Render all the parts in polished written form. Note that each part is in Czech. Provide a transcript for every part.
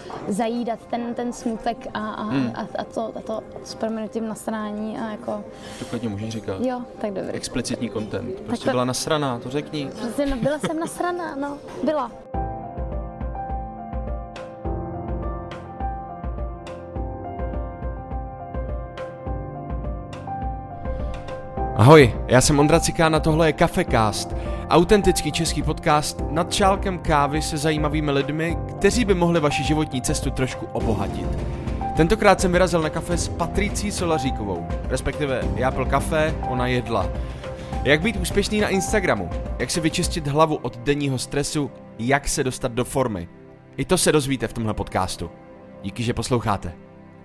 zajídat ten smutek a to s prominutím nasrání a jako... To klidně můžeš říkat. Jo, tak dobrý. Explicitní content. Prostě byla nasraná, to řekni. Prostě, no, byla jsem nasraná, no, byla. Ahoj, já jsem Ondra Cikán a tohle je Cafecast, autentický český podcast nad šálkem kávy se zajímavými lidmi, kteří by mohli vaši životní cestu trošku obohatit. Tentokrát jsem vyrazil na kafe s Patricí Solaříkovou, respektive já pil kafe, ona jedla. Jak být úspěšný na Instagramu, jak si vyčistit hlavu od denního stresu, jak se dostat do formy. I to se dozvíte v tomhle podcastu. Díky, že posloucháte.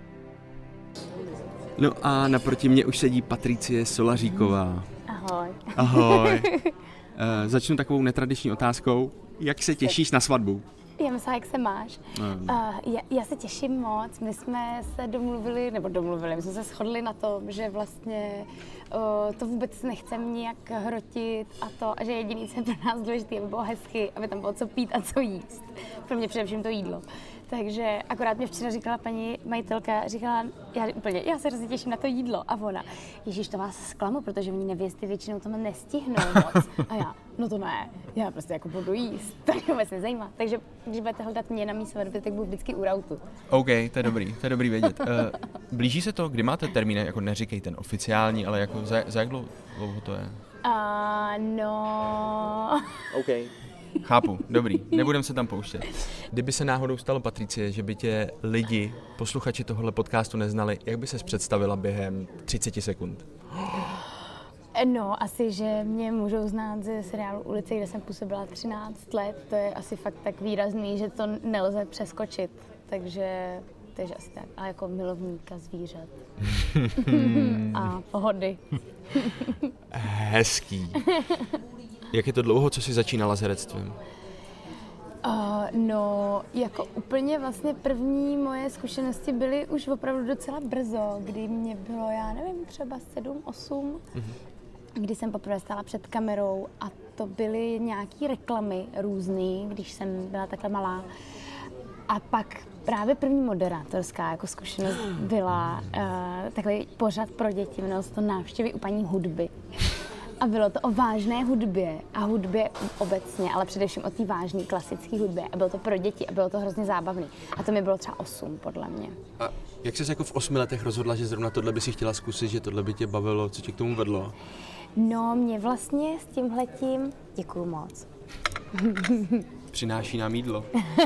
No a naproti mě už sedí Patricie Solaříková. Ahoj. Ahoj. Začnu takovou netradiční otázkou. Jak se těšíš na svatbu? Já myslím, jak se máš. Já se těším moc. My jsme se domluvili, my jsme se shodli na tom, že vlastně to vůbec nechceme nijak hrotit a že jediný, co je pro nás důležité, aby bylo hezky, aby tam bylo co pít a co jíst. Pro mě především to jídlo. Takže akorát mě včera říkala paní majitelka, já se hrozně těším na to jídlo. A ona, ježíš, to vás zklamu, protože oni nevěsty většinou tomu nestihnou moc. A já, no to ne, já prostě jako budu jíst, to mě vůbec nezajímá. Takže když budete hledat mě na mý svatbě, tak budu vždycky u rautu. OK, to je dobrý vědět. Blíží se to, kdy máte termín, jako neříkej ten oficiální, ale jako za jak dlouho to je? No... OK. Chápu, dobrý, nebudem se tam pouštět. Kdyby se náhodou stalo, Patricie, že by tě lidi, posluchači tohohle podcastu neznali, jak by ses představila během 30 sekund? No, asi, že mě můžou znát ze seriálu Ulice, kde jsem působila 13 let. To je asi fakt tak výrazný, že to nelze přeskočit. Takže asi tak. A jako milovníka zvířat. A pohody. Hezký. Jak je to dlouho, co jsi začínala s herectvím? No, jako úplně vlastně první moje zkušenosti byly už opravdu docela brzo, kdy mě bylo, já nevím, třeba 7, 8, kdy jsem poprvé stála před kamerou a to byly nějaký reklamy různý, když jsem byla takhle malá. A pak právě první moderátorská jako zkušenost byla takový pořad pro děti, jmenovalo se to Návštěvy u paní hudby. A bylo to o vážné hudbě a hudbě obecně, ale především o té vážné klasické hudbě. A bylo to pro děti a bylo to hrozně zábavné. A to mi bylo třeba 8, podle mě. A jak jsi jako v 8 letech rozhodla, že zrovna tohle by si chtěla zkusit, že tohle by tě bavilo, co tě k tomu vedlo? No, mě vlastně s tímhletím, děkuju moc. Přináší nám jídlo.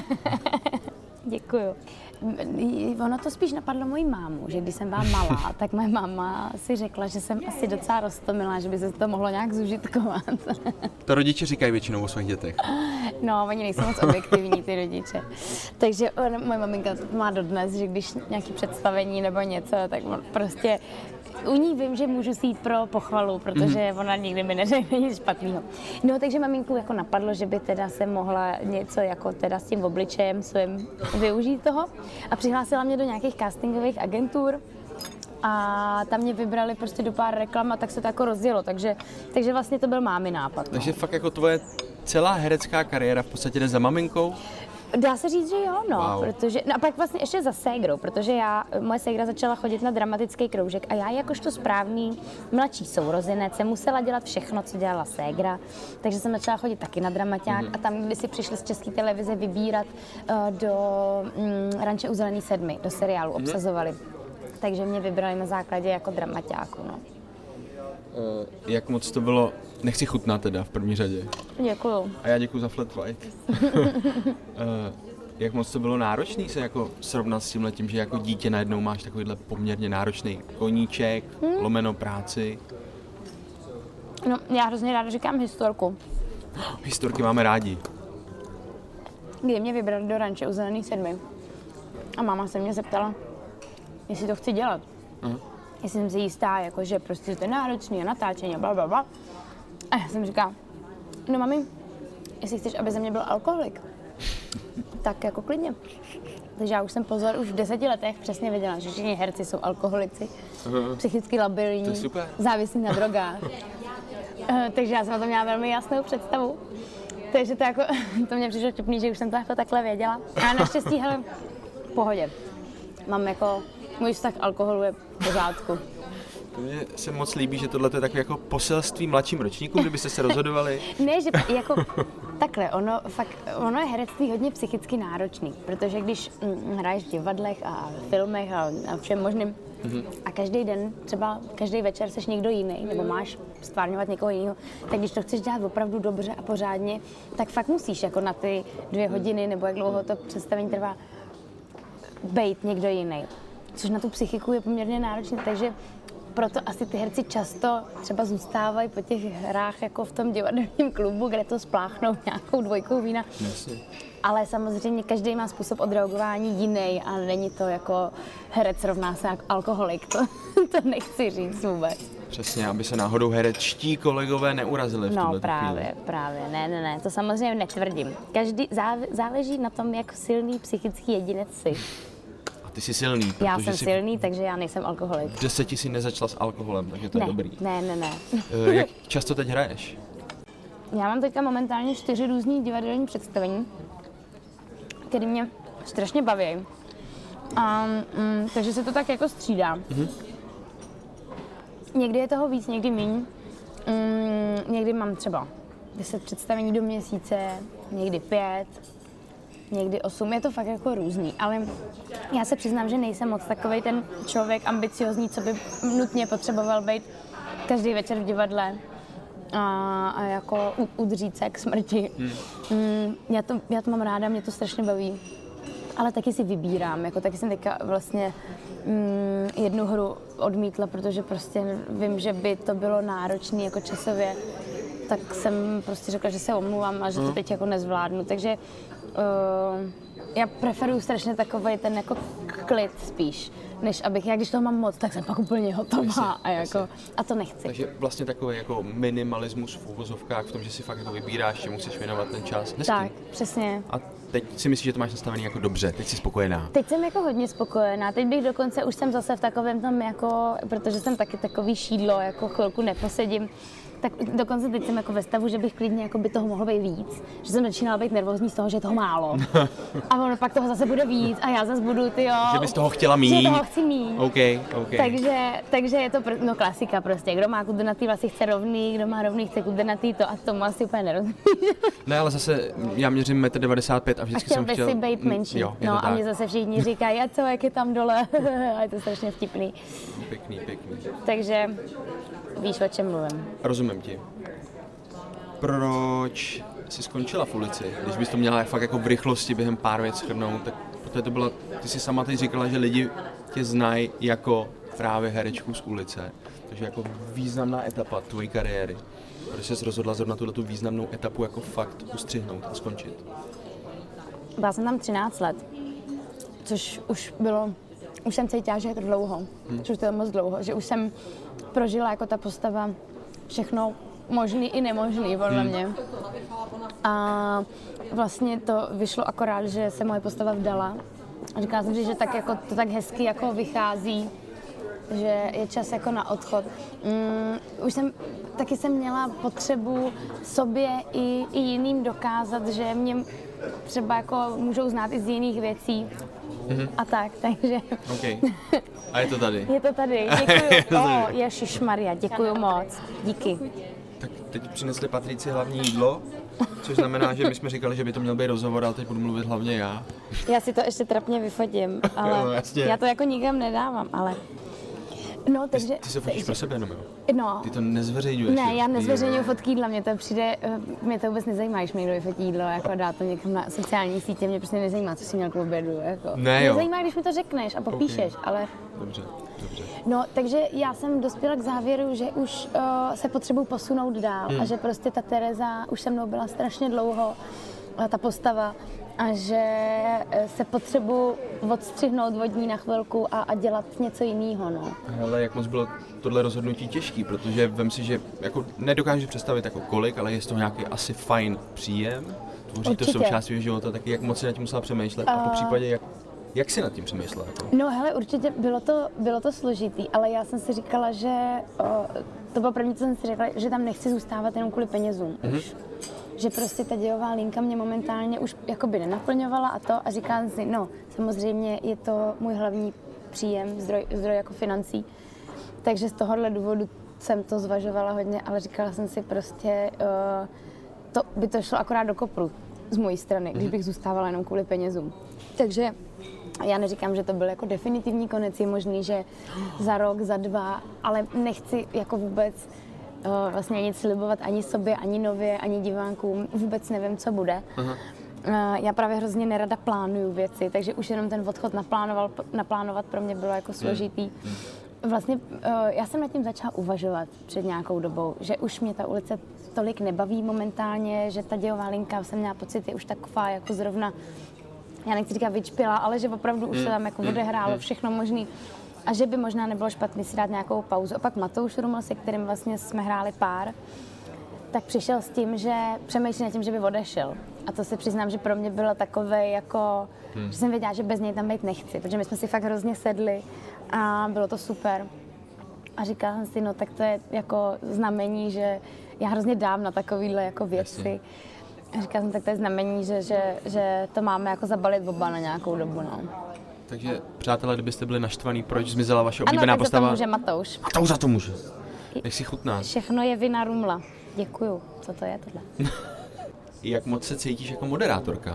Děkuju. Ono to spíš napadlo moji mámu, že když jsem byla malá, tak moje máma si řekla, že jsem asi docela roztomilá, že by se to mohlo nějak zužitkovat. To rodiče říkají většinou o svých dětech. No, oni nejsou moc objektivní, ty rodiče. Takže moje maminka má dodnes, že když nějaké představení nebo něco, tak prostě u ní vím, že můžu si jít pro pochvalu, protože ona nikdy mi neřekne nic špatného. No, takže maminku jako napadlo, že by teda se mohla něco jako teda s tím obličejem svým využít toho a přihlásila mě do nějakých castingových agentur a tam mě vybrali prostě do pár reklam a tak se to jako rozjelo, takže vlastně to byl mámi nápad. No. Takže fakt jako tvoje celá herecká kariéra v podstatě jde za maminkou? Dá se říct, že jo, no, wow. Protože, no a pak vlastně ještě za ségrou, protože moje ségra začala chodit na dramatický kroužek a já jakožto správný mladší sourozenec jsem musela dělat všechno, co dělala ségra, takže jsem začala chodit taky na dramaťák a tam, když si přišli z České televize vybírat do Ranče u Zelený 7, do seriálu obsazovali, takže mě vybrali na základě jako dramaťáku, no. Jak moc to bylo, nechci chutnat teda v první řadě. Děkuju. A já děkuju za flat white. Jak moc to bylo náročný se jako srovnat s tímhletím, že jako dítě najednou máš takovýhle poměrně náročný koníček, lomeno práci? No, já hrozně ráda říkám historku. Historky máme rádi. Kdy mě vybrali do Ranče u Zelený 7 a máma se mě zeptala, jestli to chci dělat. Jestli jsem si jistá, jako, že prostě to je náročný a natáčení a blablabla. A já jsem říkala, no mami, jestli chceš, aby ze mě byl alkoholik, tak jako klidně. Takže já už jsem pozor, už v 10 letech přesně věděla, že všichni herci jsou alkoholici, psychicky labilní, závislí na drogách. Takže já jsem o tom měla velmi jasnou představu. Takže to, jako, to mě přišlo vtipný, že už jsem to jako takhle věděla. A naštěstí, hele, v pohodě. Mám jako, můj vztah k alkoholu je v pořádku. To mně se moc líbí, že tohle je takové jako poselství mladším ročníkům, kdybyste se rozhodovali. Ne, že jako takhle, ono je herectví hodně psychicky náročný, protože když hraješ v divadlech a filmech a všem možným a každý den, třeba každý večer seš někdo jiný, nebo máš stvárňovat někoho jiného, tak když to chceš dělat opravdu dobře a pořádně, tak fakt musíš jako na ty 2 hodiny, nebo jak dlouho to představení trvá, bejt někdo jiný. Což na tu psychiku je poměrně náročné, takže proto asi ty herci často třeba zůstávají po těch hrách jako v tom divadelním klubu, kde to spláchnou nějakou 2 vína. Jasně. Ale samozřejmě každý má způsob odreagování jiný a není to jako herec rovná se jako alkoholik, to nechci říct vůbec. Přesně, aby se náhodou herečtí kolegové neurazili v tuhle chvíli. Právě, ne, to samozřejmě netvrdím. Záleží na tom, jak silný psychický jedinec jsi. Ty jsi silný, Já jsem silný, takže já nejsem alkoholik. V 10 jsi nezačala s alkoholem, takže to je dobrý. Ne. Jak často teď hraješ? Já mám teďka momentálně 4 různý divadelní představení, které mě strašně baví. Takže se to tak jako střídá. Někdy je toho víc, někdy míň. Někdy mám třeba 10 představení do měsíce, někdy 5. Někdy 8, je to fakt jako různý, ale já se přiznám, že nejsem moc takovej ten člověk ambiciozní, co by nutně potřeboval být každý večer v divadle a jako udřít se k smrti. Já to mám ráda, mě to strašně baví, ale taky si vybírám, jako taky jsem teďka vlastně jednu hru odmítla, protože prostě vím, že by to bylo náročné jako časově, tak jsem prostě řekla, že se omluvám a že to teď jako nezvládnu, takže já preferuju strašně takovej ten jako klid spíš, než abych, já když toho mám moc, tak jsem pak úplně hotová a to nechci. Takže vlastně takový jako minimalismus v uvozovkách v tom, že si fakt jako vybíráš, čemu chceš věnovat ten čas. Hezky. Tak, přesně. A teď si myslíš, že to máš nastavený jako dobře, teď jsi spokojená? Teď jsem jako hodně spokojená, teď bych dokonce, už jsem zase v takovém tam jako, protože jsem taky takový šídlo, jako chvilku neposedím, tak dokonce teď jsem jako ve stavu, že bych klidně jako by toho mohlo být víc. Že jsem začínala být nervózní z toho, že je toho málo. A ono pak toho zase bude víc a já zase budu, Že bys toho chtěla mít. Že toho chci mít. Okay. Takže je to klasika prostě. Kdo má kudrnatý vlasy, chce rovný, kdo má rovný, chce kudrnatý to a tomu asi úplně nerozumíš. Ne, ale zase já měřím 1,95 m a vždycky jsem chtěl... by si být menší. Jo, no a mě zase všichni říkají, a co, jak je tam dole. A je to strašně vtipný. Pěkný. Takže víš, o čem mluvím. Rozumím ti. Proč jsi skončila v ulici? Když bys to měla fakt jako v rychlosti během pár věc shrnout, tak protože to byla, ty jsi sama teď říkala, že lidi tě znají jako právě herečku z ulice. Takže jako významná etapa tvojí kariéry. Proč jsi rozhodla zrovna tu významnou etapu jako fakt ustřihnout a skončit? Byla jsem tam 13 let, což už jsem cítila, že je to dlouho, že už to je moc dlouho, že už jsem prožila jako ta postava všechno možný i nemožný, podle mě. A vlastně to vyšlo akorát, že se moje postava vdala. A říkala jsem si, že tak jako, to tak hezky jako vychází, že je čas jako na odchod. Taky jsem měla potřebu sobě i jiným dokázat, že mě třeba jako můžou znát i z jiných věcí. A tak, takže... Okay. A je to tady. Je to tady, děkuju. Ježišmarja, děkuju moc. Díky. Tak teď přinesli Patrici hlavní jídlo, což znamená, že my jsme říkali, že by to měl být rozhovor, ale teď budu mluvit hlavně já. Já si to ještě trapně vyfotím, ale já to jako nikam nedávám, ale... No, takže... Ty se fotíš pro sebe jenom, jo? No. Ty to nezveřejňuješ? Ne, já nezveřejňuji fotky jídla, mě to vůbec nezajímá, když mi někdo vyfotí jídlo, jako dá to někam na sociální sítě, mě prostě nezajímá, co jsi měl k obědu, jako. Ne, mě zajímá, když mi to řekneš a popíšeš, ale... Dobře. No, takže já jsem dospěla k závěru, že už se potřebuji posunout dál a že prostě ta Tereza už se mnou byla strašně dlouho, ta postava, a že se potřebuji odstřihnout od ní na chvilku a dělat něco jiného, no. Hele, jak moc bylo tohle rozhodnutí těžký, protože vem si, že jako nedokážu představit jako kolik, ale je to nějaký asi fajn příjem, tvoří to součást svého života, taky jak moc si nad tím musela přemýšlet a po případě jak jsi nad tím přemýšlela? Jako? No hele, určitě bylo to složitý, ale já jsem si říkala, že to bylo první, co jsem si řekla, že tam nechci zůstávat jenom kvůli penězům už. že prostě ta dějová linka mě momentálně už jakoby nenaplňovala a říkám si, no samozřejmě je to můj hlavní příjem, zdroj jako financí, takže z tohohle důvodu jsem to zvažovala hodně, ale říkala jsem si prostě, to by to šlo akorát do kopru z mojí strany, když bych zůstávala jenom kvůli penězům. Takže já neříkám, že to byl jako definitivní konec, je možný, že za rok, za 2, ale nechci jako vůbec vlastně nic slibovat ani sobě, ani nově, ani divákům, vůbec nevím, co bude. Aha. Já právě hrozně nerada plánuju věci, takže už jenom ten odchod naplánovat pro mě bylo jako složitý. Vlastně já jsem nad tím začala uvažovat před nějakou dobou, že už mě ta ulice tolik nebaví momentálně, že ta dějová linka, jsem měla pocit, je už taková jako zrovna, já nechci říkat vyčpělá, ale že opravdu už se tam jako odehrálo všechno možný. A že by možná nebylo špatný si dát nějakou pauzu. Opak Matouš Ruml, se kterým vlastně jsme hráli pár, tak přišel s tím, že přemýšlí nad tím, že by odešel. A to se přiznám, že pro mě bylo takové jako, že jsem věděla, že bez něj tam být nechci, protože my jsme si fakt hrozně sedli a bylo to super. A říkala jsem si, no tak to je jako znamení, že já hrozně dám na takovýhle jako věci. A říkala jsem, tak to je znamení, že to máme jako zabalit oba na nějakou dobu, no. Takže, přátelé, kdybyste byli naštvaný, proč zmizela vaše oblíbená postava? Ano, tak za to může Matouš. Matouš za to může. Nech si chutná. Všechno je vina Rumla. Děkuju. Co to je tohle? Jak moc se cítíš jako moderátorka?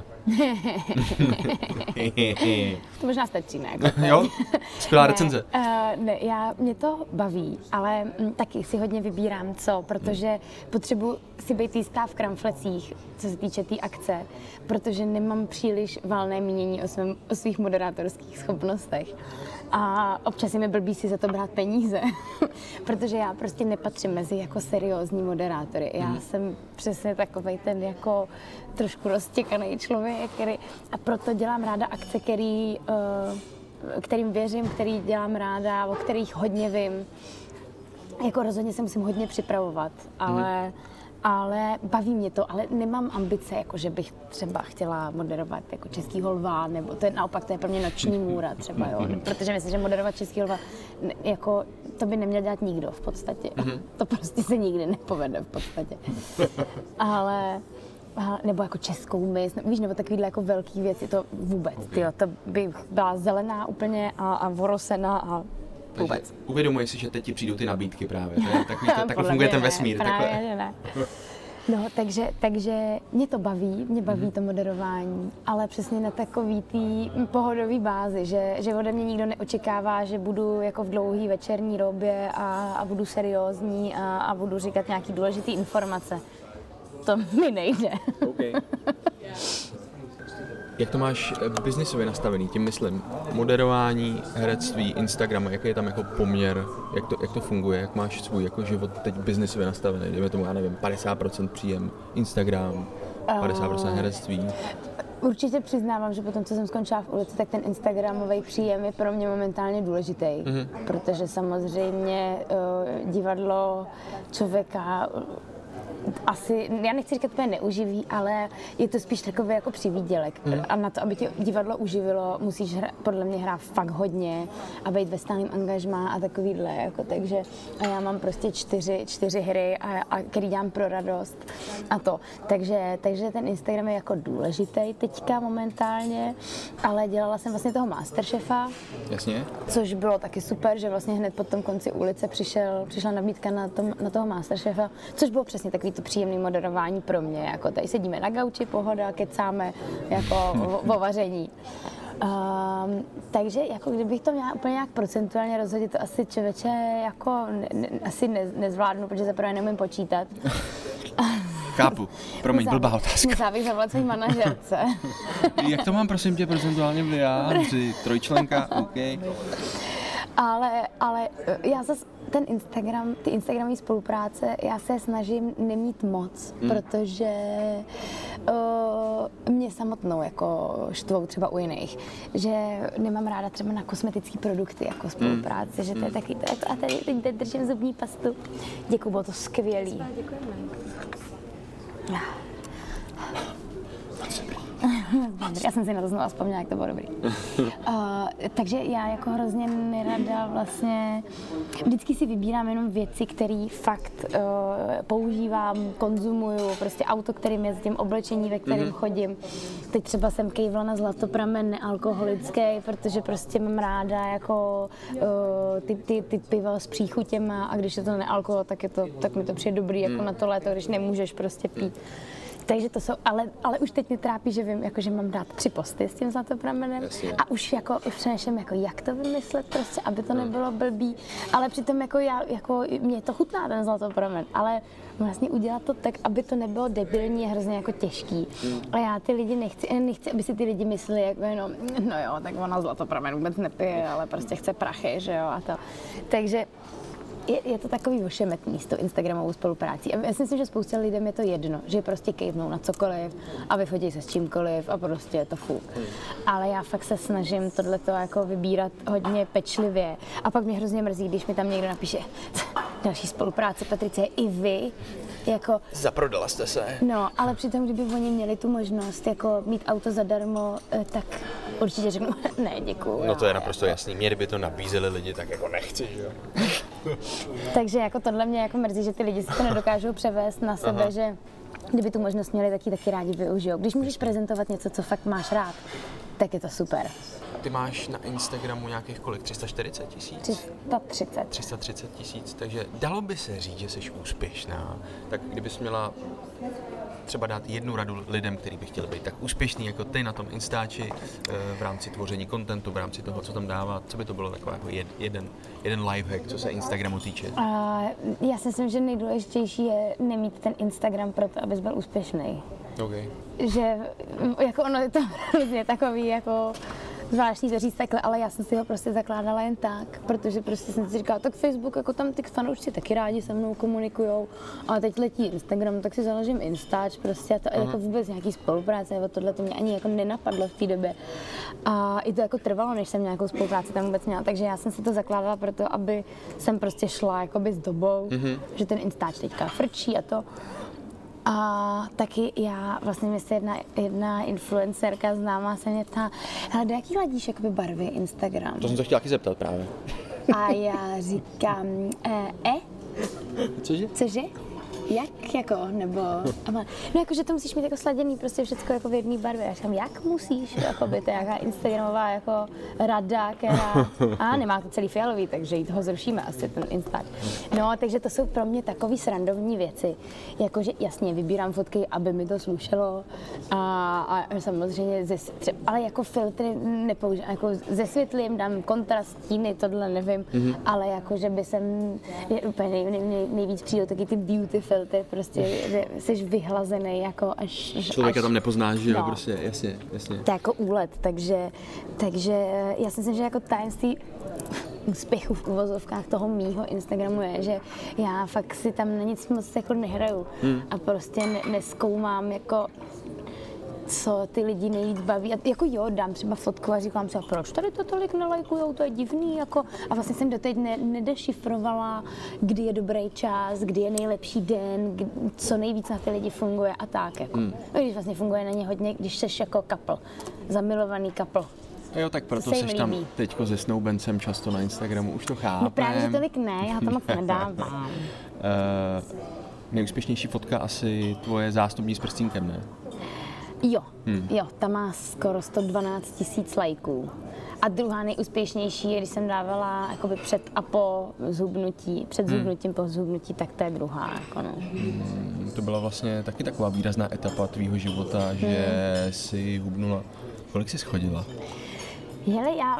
To možná stačí, ne? Jako jo? Skvělá recenze. Ne, mě to baví, ale taky si hodně vybírám co, protože potřebuji si být jistá v kramflecích, co se týče té akce, protože nemám příliš valné mínění o svých moderátorských schopnostech. A občas je mi blbý si za to brát peníze, protože já prostě nepatřím mezi jako seriózní moderátory. Já jsem přesně takovej ten jako trošku roztěkaný člověk, a proto dělám ráda akce, kterým věřím, který dělám ráda, o kterých hodně vím. Jako rozhodně se musím hodně připravovat, ale baví mě to, ale nemám ambice, jako že bych třeba chtěla moderovat jako Českýho lva, nebo to je naopak, to je pro mě noční můra třeba, jo, protože myslím, že moderovat Českýho lva, jako to by neměl dělat nikdo v podstatě, to prostě se nikdy nepovede v podstatě, ale nebo jako českou mis, víš, nebo takovýhle jako velký věci, to vůbec, tyjo, to by byla zelená úplně a vorosena a vůbec. Uvědomuji si, že teď ti přijdou ty nabídky právě, takhle funguje ten vesmír. Právě ne. No, takže mě to baví, to moderování, ale přesně na takový tý pohodový bázi, že ode mě nikdo neočekává, že budu jako v dlouhý večerní robě a budu seriózní a budu říkat nějaký důležitý informace. To mi nejde. Okay. Jak to máš biznisově nastavený, tím myslím, moderování, herectví, Instagram, jaký je tam jako poměr, jak to funguje, jak máš svůj jako život teď biznisově nastavený, dejme tomu, já nevím, 50% příjem Instagram, 50% herectví. Určitě přiznávám, že potom, co jsem skončila v ulici, tak ten instagramový příjem je pro mě momentálně důležitý, protože samozřejmě divadlo člověka asi, já nechci říkat, že to neuživí, ale je to spíš takový jako přivýdělek. A na to, aby tě divadlo uživilo, musíš podle mě hrát fakt hodně a být ve stálém angažmá a takovýhle. Jako, takže a já mám prostě 4 hry, který dělám pro radost a to. Takže ten Instagram je jako důležitý teďka momentálně, ale dělala jsem vlastně toho Masterchefa. Jasně. Což bylo taky super, že vlastně hned po tom konci ulice přišla nabídka na toho Masterchefa, což bylo přesně takový to příjemné moderování pro mě, jako tady sedíme na gauči, pohoda, kecáme jako o vaření. Takže jako kdybych to měla úplně nějak procentuálně rozhodit, to asi člověče jako asi nezvládnu, protože zaprvé neumím počítat. Chápu, promiň, blbá otázka. Musela bych zavolat svý manažerce. Jak to mám, prosím tě, procentuálně vyjádřit? Trojčlenka, OK. Ale já zase ty Instagramové spolupráce, já se snažím nemít moc, protože mě samotnou jako štvou třeba u jiných, že nemám ráda třeba na kosmetické produkty jako spolupráce, že to je taky to jako, a teď držím zubní pastu. Děkuju, bylo to skvělý. Děkujeme. Já jsem si na to znovu vzpomněla, jak to bylo dobrý. Takže já jako hrozně nerada vlastně, vždycky si vybírám jenom věci, které fakt používám, konzumuju, prostě auto, kterým jezdím, oblečení, ve kterém chodím. Teď třeba jsem kejvla na Zlatopramen nealkoholický, protože prostě mám ráda jako ty piva s příchutěma a když je to nealkohol, tak mi to přijde dobrý jako na to léto, když nemůžeš prostě pít. Takže to jsou, ale už teď mě trápí, že vím, jako, že mám dát 3 posty s tím Zlatopramenem a už přemýšlím, jako, jak to vymyslet prostě, aby to nebylo blbý, ale přitom mě to chutná ten Zlatopramen, ale vlastně udělat to tak, aby to nebylo debilní, je hrozně jako těžký. A já ty lidi nechci, aby si ty lidi mysleli, jako jenom, no jo, tak ona Zlatopramen vůbec nepije, ale prostě chce prachy, že jo, a to. Takže je to takový ošemetný s tou Instagramovou spoluprácí. A já si myslím, že spoustě lidem je to jedno, že prostě kejvnou na cokoliv a vyfotí se s čímkoliv a prostě je to fuk. Ale já fakt se snažím tohleto jako vybírat hodně pečlivě. A pak mě hrozně mrzí, když mi tam někdo napíše další spolupráce, Patricie, i vy. Jako, zaprodala jste se. No, ale přitom, kdyby oni měli tu možnost jako mít auto zadarmo, tak určitě řeknu, ne, děkuju. No to je naprosto jasný, mě kdyby to nabízeli lidi, tak jako nechci, že jo. Takže jako tohle mě jako mrzí, že ty lidi si to nedokážou převést na sebe, že kdyby tu možnost měli, taky rádi využijou. Když můžeš prezentovat něco, co fakt máš rád, tak je to super. Ty máš na Instagramu nějakých kolik? 340 000? 330. 330 000, takže dalo by se říct, že jsi úspěšná. Tak kdybys měla třeba dát jednu radu lidem, kteří by chtěli být tak úspěšný jako ty na tom Instači v rámci tvoření kontentu, v rámci toho, co tam dává, co by to bylo takový jako jeden lifehack, co se Instagramu týče? Já si myslím, že nejdůležitější je nemít ten Instagram proto, abys byl úspěšný. Okay. Že jako ono je to hrozně takový jako zvláštní to říct takhle, ale já jsem si ho prostě zakládala jen tak, protože prostě jsem si říkala, tak Facebook, jako tam ty fanoušci taky rádi se mnou komunikujou, ale teď letí Instagram, tak si založím Instač prostě a to jako vůbec nějaký spolupráce, jako tohle to mě ani jako nenapadlo v té době. A i to jako trvalo, než jsem nějakou spolupráci tam vůbec měla, takže já jsem si to zakládala proto, aby jsem prostě šla jakoby s dobou, že ten Instač teďka frčí a to. A taky já, vlastně mě se jedna influencerka známá se mě ptá, hele, do jaký ladíš jakoby barvy Instagram? To jsem se chtěla taky zeptat právě. A já říkám, Cože? Jak jako, nebo, no jako, že to musíš mít jako sladěný prostě všecko jako v jedné barvě. Já říkám, jak musíš, jako by to je nějaká instagramová jako rada, která, nemá to celý fialový, takže jí toho zrušíme asi ten Instač. No, takže to jsou pro mě takový srandovní věci, jakože jasně vybírám fotky, aby mi to slušelo a samozřejmě, ale jako filtry nepoužívám, jako zesvětlím, dám kontrast, stíny, tohle nevím, ale jako, že by jsem, úplně nejvíc přijde taky ty beauty filtry, prostě, že jsi vyhlazený jako až... Člověka tam nepoznáš, že jo, prostě, jasně. To je jako úlet, takže já si myslím, že jako tajemství úspěchu v uvozovkách toho mýho Instagramu je, že já fakt si tam na nic moc jako nehraju a prostě nezkoumám jako co ty lidi nejvíc baví. A jako jo, dám třeba fotku a říkám si, proč tady to tolik nelajkujou, to je divný. Jako. A vlastně jsem doteď nedešifrovala, kdy je dobrý čas, kdy je nejlepší den, co nejvíc na ty lidi funguje a tak. Jako. Když vlastně funguje na ně hodně, když jsi jako couple, zamilovaný couple. Jo, tak proto jsi tam teďko se snoubencem často na Instagramu, už to chápem. No právě, že tolik ne, já to moc nedávám. Nejúspěšnější fotka asi tvoje zástupní s prstínkem, ne? Jo, ta má skoro 112 000 lajků. A druhá nejúspěšnější je, když jsem dávala jakoby před a po zhubnutí, před zhubnutím, po zhubnutí, tak to je druhá. Jako no. To byla vlastně taky taková výrazná etapa tvýho života, že jsi hubnula. Kolik jsi schodila? Hele, já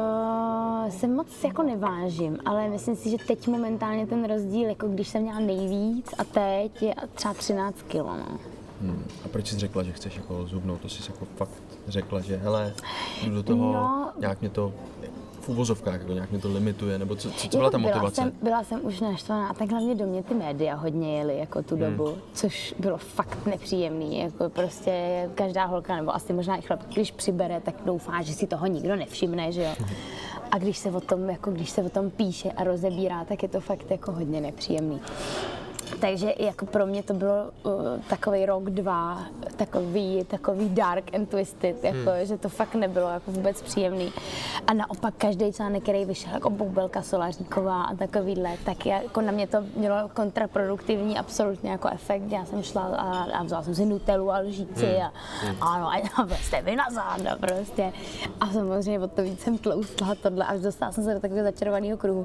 se moc jako nevážím, ale myslím si, že teď momentálně ten rozdíl, jako když jsem měla nejvíc a teď je třeba 13 kg. No. A proč jsi řekla, že chceš jako zhubnout? To jsi jako fakt řekla, že hele, jdu do toho, nějak mě to v uvozovkách, jako nějak mě to limituje, nebo co byla ta motivace? Byla jsem už naštvaná a tak hlavně do mě ty média hodně jeli jako tu dobu, což bylo fakt nepříjemný, jako prostě každá holka, nebo asi možná i chlap, když přibere, tak doufá, že si toho nikdo nevšimne, že jo. A když se o tom píše a rozebírá, tak je to fakt jako hodně nepříjemný. Takže jako pro mě to bylo takový rok, 2, takový dark and twisted, jako, že to fakt nebylo jako vůbec příjemný. A naopak každý článek, který vyšel jako Boubelka Solaříková a takovýhle, tak jako na mě to mělo kontraproduktivní absolutně jako efekt. Já jsem šla a vzala jsem si Nutellu a lžíci a ano, a vlastně vy na záda prostě. A samozřejmě od to víc jsem tloustla tohle, až dostala jsem se do takového začarovaného kruhu.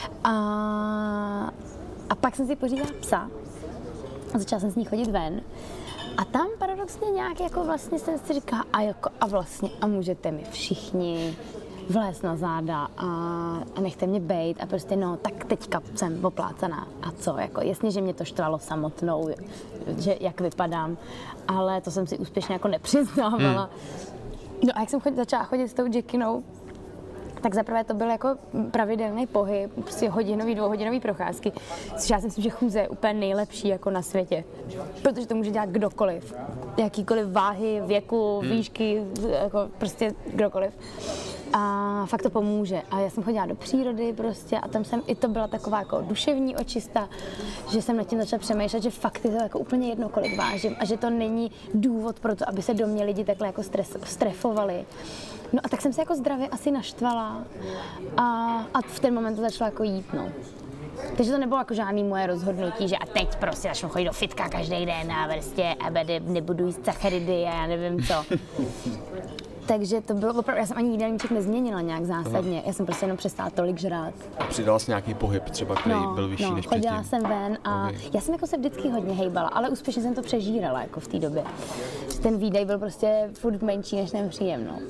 A pak jsem si pořídila psa a začala jsem s ní chodit ven. A tam paradoxně nějak jako vlastně jsem si říkala a můžete mi všichni vlézt na záda a nechte mě bejt a prostě no, tak teďka jsem oplácaná a co, jako jasně, že mě to štvalo samotnou, že jak vypadám, ale to jsem si úspěšně jako nepřiznávala. No a jak jsem začala chodit s tou Jackinou, tak zaprvé to byl jako pravidelný pohyb, prostě hodinový, 2hodinový procházky, což já si myslím, že chůze je úplně nejlepší jako na světě, protože to může dělat kdokoliv, jakýkoliv váhy, věku, výšky, jako prostě kdokoliv. A fakt to pomůže. A já jsem chodila do přírody prostě a tam i to byla taková jako duševní očista, že jsem nad tím začala přemýšlet, že fakt je to jako úplně jedno, kolik vážím a že to není důvod pro to, aby se do mě lidi takhle jako strefovali. No a tak jsem se jako zdravě asi naštvala a v ten moment to začalo jako jít, no. Takže to nebylo jako žádný moje rozhodnutí, že a teď prostě začnu chodit do fitka každý den a prostě nebudu jíst sacharidy a já nevím co. Takže to bylo opravdu, já jsem ani jídelníček nezměnila nějak zásadně, já jsem prostě jenom přestala tolik žrát. A přidala jsi nějaký pohyb třeba, který byl vyšší než předtím? Chodila jsem ven a já jsem jako se vždycky hodně hejbala, ale úspěšně jsem to přežírala jako v té době. Ten výdej byl prostě furt menší než ten příjem, no.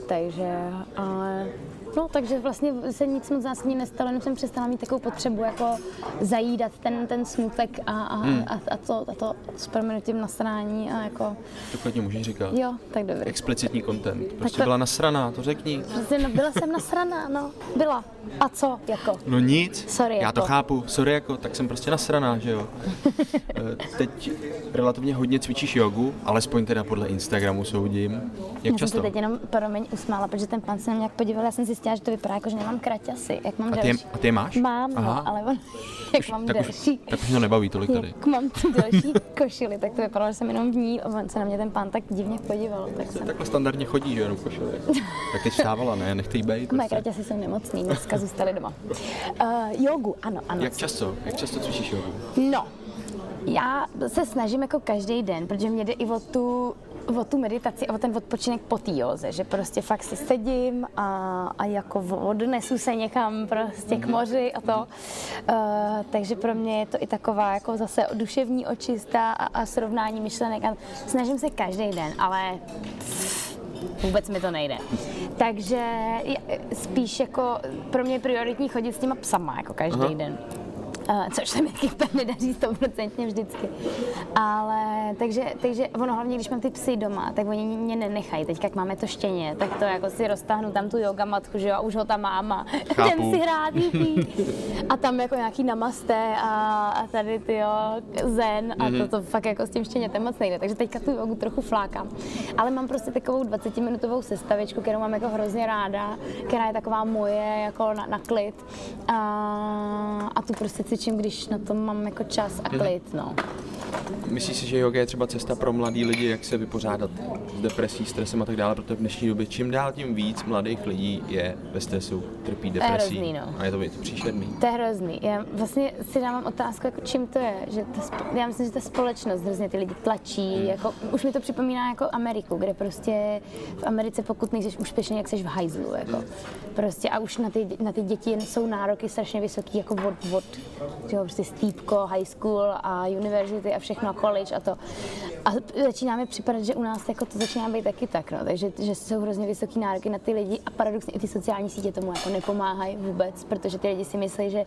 Takže vlastně se nic moc zásadně nestalo, jenom jsem přestala mít takovou potřebu jako zajídat ten smutek a to s prominutím nasrání a jako... To klidně můžeš říkat. Jo, tak dobrý. Explicitní content. Prostě byla nasraná, to řekni. Prostě byla jsem nasraná, no. Byla. A co, jako? No nic. Sorry, já jako. to chápu. Sorry, jako, tak jsem prostě nasraná, že jo. Teď relativně hodně cvičíš jogu, alespoň teda podle Instagramu soudím. Jak často? Já jsem se teď jenom usmála, protože ten pán se na mě jak podíval, já jsem zjistila, že to vypadá jako, že nemám kraťasy, jak mám delší. A ty je máš? Mám, no, ale on, jak mám delší. Tak už to nebaví tolik tady. Jak mám tu delší košili, tak to vypadalo, že jsem jenom v ní a on se na mě ten pán tak divně podíval. Takhle standardně chodí, že jenom v košili. Tak teď vstávala, ne? Nechte jí bejt. Moje kraťasy jsou nemocný, dneska zůstaly doma. Jogu, ano. Jak často cvičíš jogu? No, já se snažím jako každý den, protože mě jde i o tu meditaci a o ten odpočinek po té józe, že prostě fakt si sedím a jako odnesu se někam prostě k moři a to. Takže pro mě je to i taková jako zase duševní očista a srovnání myšlenek a snažím se každý den, ale vůbec mi to nejde. Takže spíš jako pro mě je prioritní chodit s těma psama jako každý den. Což se mi taky nedaří 100% vždycky. Ale takže ono hlavně, když mám ty psy doma, tak oni mě nenechají. Teď, jak máme to štěně, tak to jako si roztáhnu tam tu yoga matku, že jo, a už ho tam mám a jdem si hrát a tam jako nějaký namaste a tady ty zen a to fakt jako s tím štěnětem moc nejde. Takže teďka tu jogu trochu flákám. Ale mám prostě takovou 20minutovou sestavičku, kterou mám jako hrozně ráda, která je taková moje jako na klid a tu prostě cvičím, když na to mám jako čas a klid, no. Myslíš si, že yoga je třeba cesta pro mladý lidi, jak se vypořádat s depresí, stresem a tak dále, protože v dnešní době čím dál tím víc mladých lidí je ve stresu, trpí depresí. To je hrozný, no. A je to příšerný. To je hrozný. Já vlastně si dávám otázku, jako čím to je, že já myslím, že ta společnost hrozně ty lidi tlačí, jako, už mi to připomíná jako Ameriku, kde prostě v Americe pokud nejseš úspěšný, jak seš v hajzlu, jako. Prostě a už na ty děti jsou nároky strašně vysoký, jako od prostě stýpko, high school a university a všechno a college a to. A začíná mi připadat, že u nás jako to začíná být taky tak, no. Takže že jsou hrozně vysoký nároky na ty lidi a paradoxně i ty sociální sítě tomu jako nepomáhají vůbec, protože ty lidi si myslí, že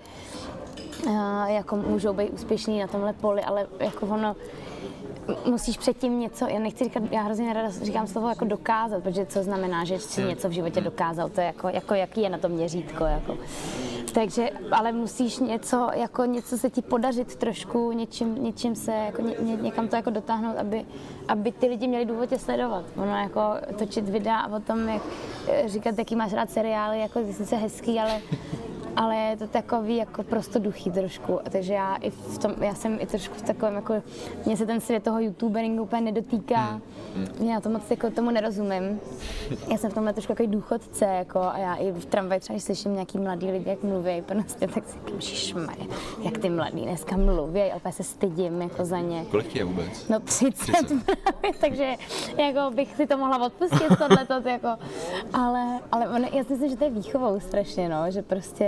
jako můžou být úspěšní na tomhle poli, ale jako ono musíš předtím něco, já nechci říkat, já hrozně nerada říkám slovo jako dokázat, protože co znamená, že jsi něco v životě dokázal, to je jako jaký je na to měřítko, jako. Takže, ale musíš něco se ti podařit trošku, něčím se, jako někam to jako dotáhnout, aby ty lidi měli důvod tě sledovat. Ono jako točit videa a o tom, jak říkat, jaký máš rád seriály, jako je sice hezký, ale ale je to takový jako prostoduchý trošku, takže já jsem i trošku v takovém jako, mně se ten svět toho youtuberingu úplně nedotýká, já to moc jako tomu nerozumím. Já jsem v tomhle trošku takový důchodce, jako, a já i v tramvaji třeba, když slyším nějaký mladý lidi, jak mluví, prostě, tak si říkám, šišmarja, jak ty mladý dneska mluví, a opět se stydím jako za ně. Kolik ti je vůbec? No 30 právě, takže jako bych si to mohla odpustit tohleto, jako, ale já si myslím, že to je výchovou strašně, no, že prostě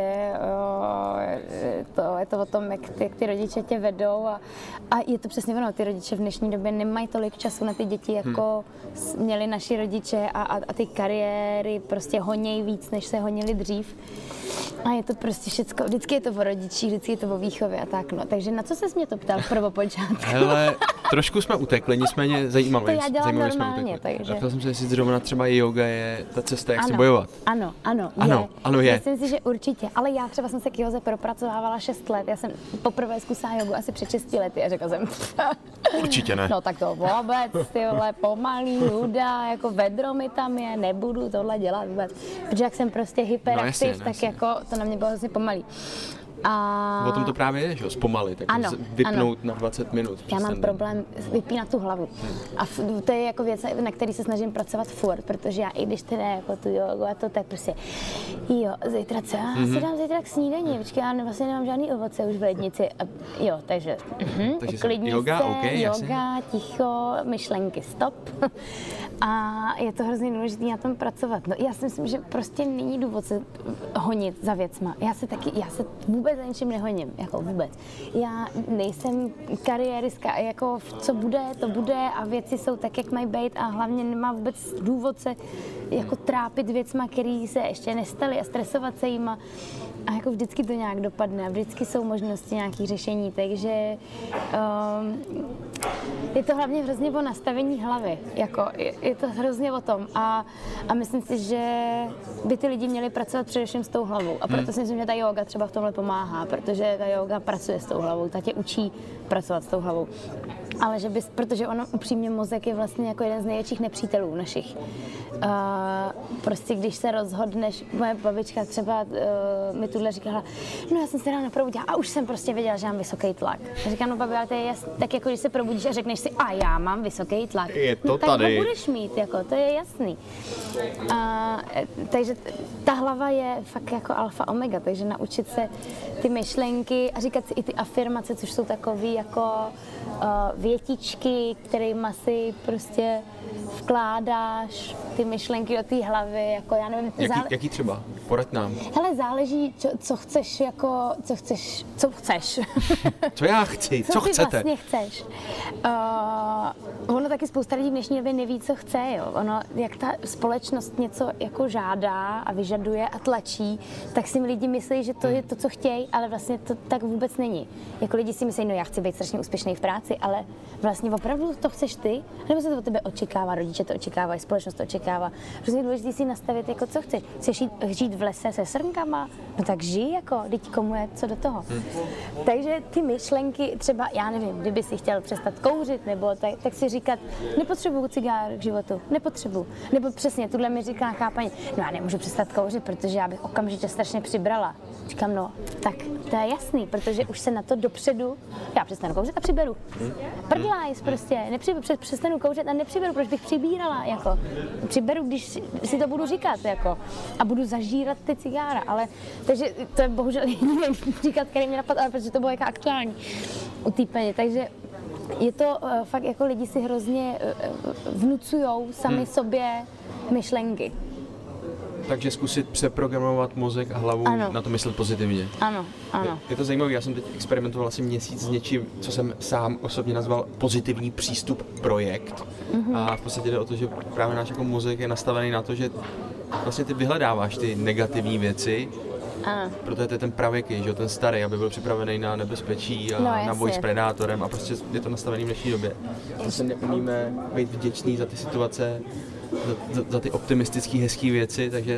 je to o tom, jak ty rodiče tě vedou a je to přesně ono, ty rodiče v dnešní době nemají tolik času na ty děti, jako měli naši rodiče a ty kariéry prostě honějí víc, než se honili dřív. A je to prostě všecko, vždycky je to o rodičích, vždycky je to o výchově a tak, no. Takže na co ses mě to ptal v prvopočátku? Hele, trošku jsme utekli, nicméně zajímavé. To já dělám normálně, takže. Ptal jsem se, jestli zrovna třeba yoga je ta cesta, jak si bojovat. Ano, je. Myslím si, že určitě, ale já třeba jsem se k józe propracovávala 6 let, já jsem poprvé zkusila jogu asi před 6 lety a řekla jsem, určitě ne. No tak to vůbec, ty vole, pomalý, nuda, jako vedro mi tam je, nebudu tohle dělat vůbec, protože jak jsem prostě hyperaktiv, tak jako to na mě bylo hrozně pomalý. O tom to právě je, že jo, zpomalit, tak vypnout na 20 minut. Já mám problém vypínat tu hlavu. A to je jako věc, na který se snažím pracovat furt, protože já i když teda jako tu jogu a to, tak prostě zítra co? Já si dám zítra k snídani, počkej, já vlastně nemám žádný ovoce už v lednici. Takže uklidni se, yoga, ticho, myšlenky, stop. A je to hrozně důležité na tom pracovat. No, já si myslím, že prostě není důvod se honit za věcma. Já se vůbec za ničím nehoním, jako vůbec. Já nejsem kariéristka, jako co bude, to bude a věci jsou tak, jak mají být a hlavně nemá vůbec důvod se jako trápit věcma, které se ještě nestaly a stresovat se jima. A jako vždycky to nějak dopadne a vždycky jsou možnosti nějakých řešení, takže je to hlavně hrozně o nastavení hlavy, jako je to hrozně o tom a myslím si, že by ty lidi měli pracovat především s tou hlavou a proto si myslím, že ta yoga třeba v tomhle pomáhá, protože ta yoga pracuje s tou hlavou, ta tě učí pracovat s tou hlavou. Ale protože ono upřímně mozek je vlastně jako jeden z největších nepřítelů našich. Prostě když se rozhodneš, moje babička třeba mi tuhle říkala, no já jsem se ráno probudila a už jsem prostě věděla, že mám vysoký tlak. A říkám, no babi, ale to je tak jako když se probudíš a řekneš si, a já mám vysoký tlak. Je to no, tak tady. ho budeš mít, jako, to je jasný. Takže ta hlava je fakt jako alfa omega, takže naučit se ty myšlenky a říkat si i ty afirmace, což jsou takový jako větičky, kterýma si prostě vkládáš ty myšlenky do té hlavy, jako já nevím. Jaký třeba? Poraď nám. Hele, záleží, co chceš. Co já chci, co ty chcete? Vlastně chceš. Ono taky spousta lidí v dnešní době neví, co chce, jo. Ono, jak ta společnost něco jako žádá a vyžaduje a tlačí, tak si lidi myslí, že to je to, co chtějí, ale vlastně to tak vůbec není. Jako lidi si myslí, no já chci být strašně úspěšný v práci, ale vlastně opravdu to chceš ty, nebo se to od tebe očekává, rodiče to očekávají, společnost to očekává. Prostě je důležité si nastavit, jako co chceš. Chceš žít v lese se srnkama? No tak žij, jako, teď komu je co do toho. Takže ty myšlenky, třeba, já nevím, kdyby si chtěl přestat kouřit, nebo tak si říkat, nepotřebuju cigár k životu, nepotřebuju. Nebo přesně, tuhle mi říká chápaně, no já nemůžu přestat kouřit, protože já bych okamžitě strašně přibrala. Říkám, no, tak to je jasný, protože už se na to dopředu, já přestanu kouřit a přiberu. Prdlájs prostě, přestanu kouřit a nepřiberu, proč bych přibírala, jako. Přiberu, když si to budu říkat, jako, a budu zažírat ty cigára, ale, takže to je bohužel jediný příklad, který mě napadl, ale protože to bylo jako aktuální utípeně, takže je to fakt jako lidi si hrozně vnucujou sami sobě myšlenky. Takže zkusit přeprogramovat mozek a hlavu, na to myslet pozitivně. Ano. Je to zajímavé, já jsem teď experimentoval asi měsíc s něčím, co jsem sám osobně nazval pozitivní přístup projekt. A v podstatě jde o to, že právě náš jako mozek je nastavený na to, že vlastně ty vyhledáváš ty negativní věci, protože to je ten pravěký, že ten starý, aby byl připravený na nebezpečí a na boj s predátorem a prostě je to nastavený v dnešní době. Zase neumíme být vděční za ty situace, za ty optimistické, hezké věci, takže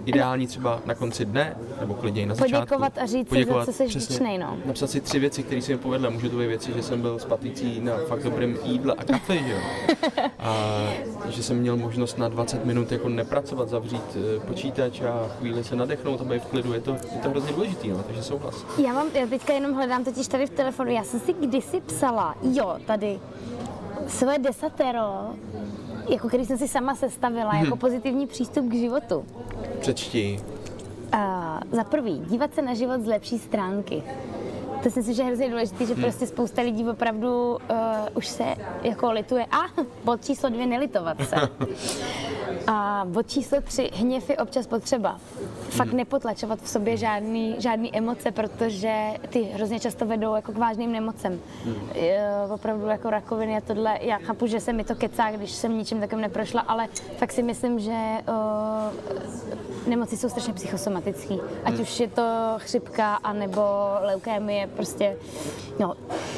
ideální třeba na konci dne, nebo klidně i na začátku. Poděkovat a říct si, za co jsi vděčnej, no. Napsat si 3 věci, které se mi povedly. Může to být věci, že jsem byl s Patricí na fakt dobrém jídle a kafe, že jo. A že jsem měl možnost na 20 minut jako nepracovat, zavřít počítač a chvíli se nadechnout a být v klidu. Je to hrozně důležitý, no, takže souhlas. Já teďka jenom hledám totiž tady v telefonu. Já jsem si kdysi psala, tady svoje desatero, jako který jsem si sama sestavila, jako pozitivní přístup k životu. Přečti. Za prvý, dívat se na život z lepší stránky. To si myslím, že je hrozně důležité, že prostě spousta lidí opravdu už se jako lituje. Bod číslo 2, nelitovat se. A bod číslo 3, hněv je občas potřeba. Fakt nepotlačovat v sobě žádný emoce, protože ty hrozně často vedou jako k vážným nemocem. Opravdu jako rakoviny a tohle. Já chápu, že se mi to kecá, když jsem ničím takovým neprošla, ale fakt si myslím, že nemoci jsou strašně psychosomatický. Ať už je to chřipka, anebo leukémie, prostě, no.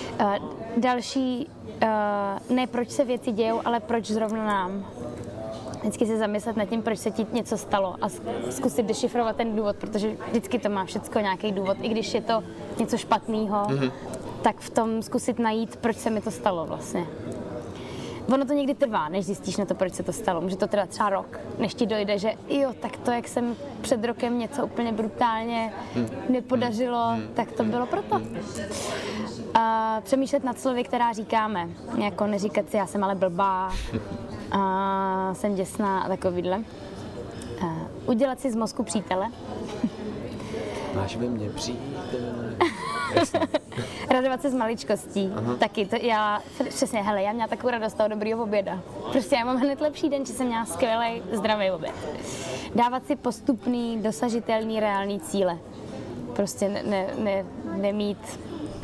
Další, ne proč se věci dějou, ale proč zrovna nám. Vždycky se zamyslet nad tím, proč se ti něco stalo a zkusit dešifrovat ten důvod, protože vždycky to má všecko nějaký důvod, i když je to něco špatného, tak v tom zkusit najít, proč se mi to stalo vlastně. Ono to někdy trvá, než zjistíš na to, proč se to stalo. Může to trvat třeba rok, než ti dojde, že tak to, jak jsem před rokem něco úplně brutálně nepodařilo, tak to bylo proto. A přemýšlet nad slovy, která říkáme. Jako neříkat si, já jsem ale blbá, a jsem děsná a takovýhle. Udělat si z mozku přítele. Máš ve mně přítele. Radovat se z maličkostí. Taky, přesně, já měla takovou radost toho dobrýho oběda. Prostě já mám hned lepší den, že jsem měla skvělý, zdravý oběd. Dávat si postupný, dosažitelný, reální cíle. Prostě nemít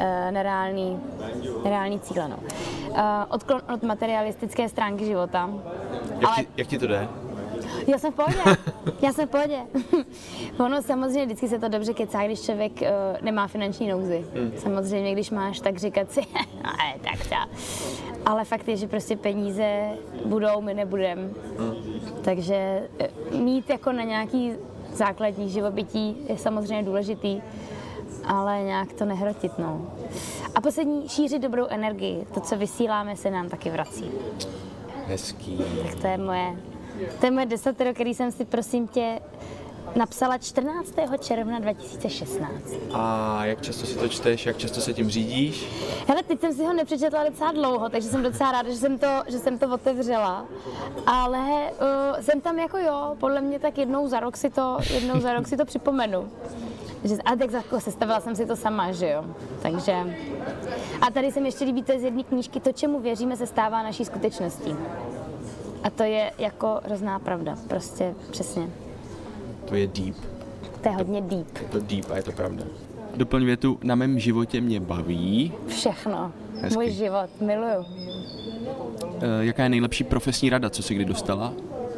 nereální cíle. No. Odklon od materialistické stránky života. Jak ti to jde? Já jsem v pohodě. Ono samozřejmě vždycky se to dobře kecá, když člověk nemá finanční nouzi. Samozřejmě, když máš, tak říkat si, tak třeba. Ale fakt je, že prostě peníze budou, my nebudeme. Takže mít jako na nějaký základní živobytí je samozřejmě důležitý, ale nějak to nehrotit, no. A poslední, šířit dobrou energii. To, co vysíláme, se nám taky vrací. Hezký. Tak to je moje desatero, který jsem si, prosím tě, napsala 14. června 2016. A jak často si to čteš, jak často se tím řídíš? Hele, teď jsem si ho nepřečetla docela dlouho, takže jsem docela ráda, že jsem to otevřela. Ale jsem tam jako podle mě tak jednou za rok si to připomenu. A tak jako sestavila jsem si to sama, že jo. Takže. A tady se mi ještě líbí, to je z jedné knížky, to, čemu věříme, se stává naší skutečností. A to je jako hrozná pravda, prostě přesně. To je deep. To je hodně deep. Je to deep a je to pravda. Doplň větu, na mém životě mě baví. Všechno. Hezky. Můj život, miluju. Jaká je nejlepší profesní rada, co jsi kdy dostala?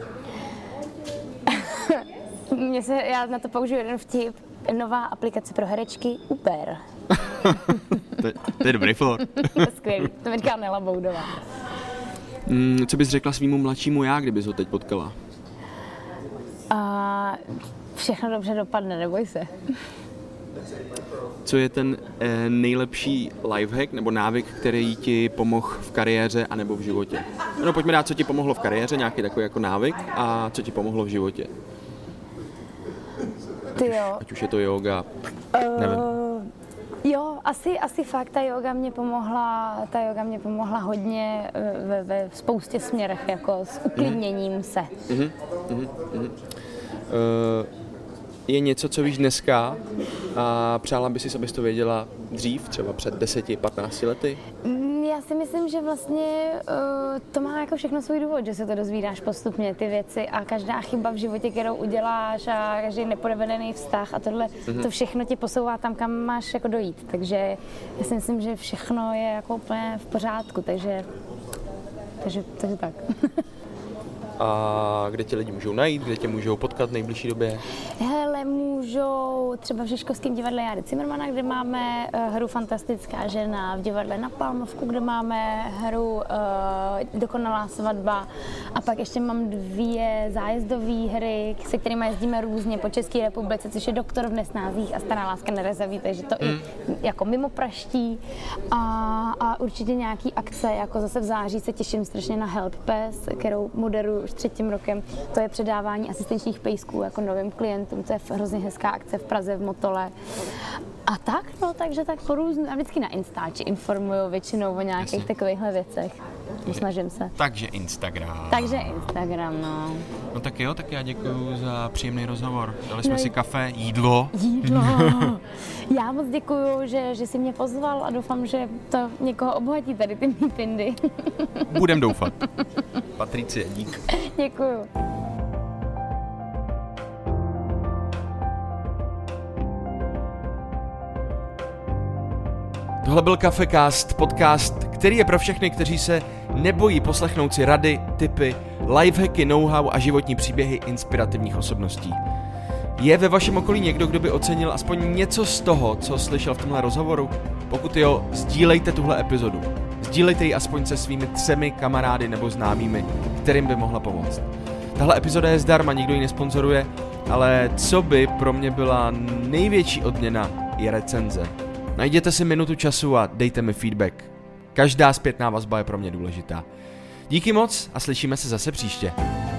Já na to použiju jeden vtip. Nová aplikace pro herečky Uber. To je dobrý for. Skvělý, to mi říká Nela Boudová. Co bys řekla svýmu mladšímu já, kdybys ho teď potkala? Všechno dobře dopadne, neboj se. Co je ten nejlepší lifehack nebo návyk, který ti pomohl v kariéře anebo v životě? No, pojďme dát, co ti pomohlo v kariéře, nějaký takový jako návyk, a co ti pomohlo v životě. Ať už je to yoga, nevím. Jo, asi fakt ta yoga mě pomohla hodně ve spoustě směrech, jako s uklidněním se. Je něco, co víš dneska a přála by si, abys to věděla dřív, třeba před 10-15 lety? Já si myslím, že vlastně to má jako všechno svůj důvod, že se to dozvídáš postupně, ty věci, a každá chyba v životě, kterou uděláš, a každý nepovedený vztah a tohle, to všechno tě posouvá tam, kam máš jako dojít. Takže já si myslím, že všechno je jako úplně v pořádku, takže tak. a kde tě lidi můžou najít, kde tě můžou potkat v nejbližší době? Hele, můžou třeba v Žižkovském divadle Járy Cimrmana, kde máme hru Fantastická žena, v divadle Na Palmovku, kde máme hru Dokonalá svatba a pak ještě mám 2 zájezdové hry, se kterými jezdíme různě po České republice, což je Doktor v nesnázích a Stará láska nerezaví, takže to i jako mimo praští a určitě nějaký akce, jako zase v září se těším strašně na Help Pes, kterou moderuju už 3. rokem. To je předávání asistenčních pejsků jako novým klientům, to je hrozně hezká akce v Praze v Motole. A tak, no, takže tak po různě, a vždycky na Instači informuju většinou o nějakých takovýchhle věcech. Snažím se. Takže Instagram. No. No tak jo, tak já děkuju za příjemný rozhovor. Dali jsme si kafe, jídlo. Já moc děkuju, že jsi mě pozval a doufám, že to někoho obohatí tady ty mý pindy. Budem doufat. Patricie, dík. Děkuju. Tohle byl Cafecast, podcast, který je pro všechny, kteří se nebojí poslechnout si rady, tipy, lifehacky, know-how a životní příběhy inspirativních osobností. Je ve vašem okolí někdo, kdo by ocenil aspoň něco z toho, co slyšel v tomhle rozhovoru? Pokud jo, sdílejte tuhle epizodu. Sdílejte ji aspoň se svými 3 kamarády nebo známými, kterým by mohla pomoct. Tahle epizoda je zdarma, nikdo ji nesponzoruje, ale co by pro mě byla největší odměna, je recenze. Najděte si minutu času a dejte mi feedback. Každá zpětná vazba je pro mě důležitá. Díky moc a slyšíme se zase příště.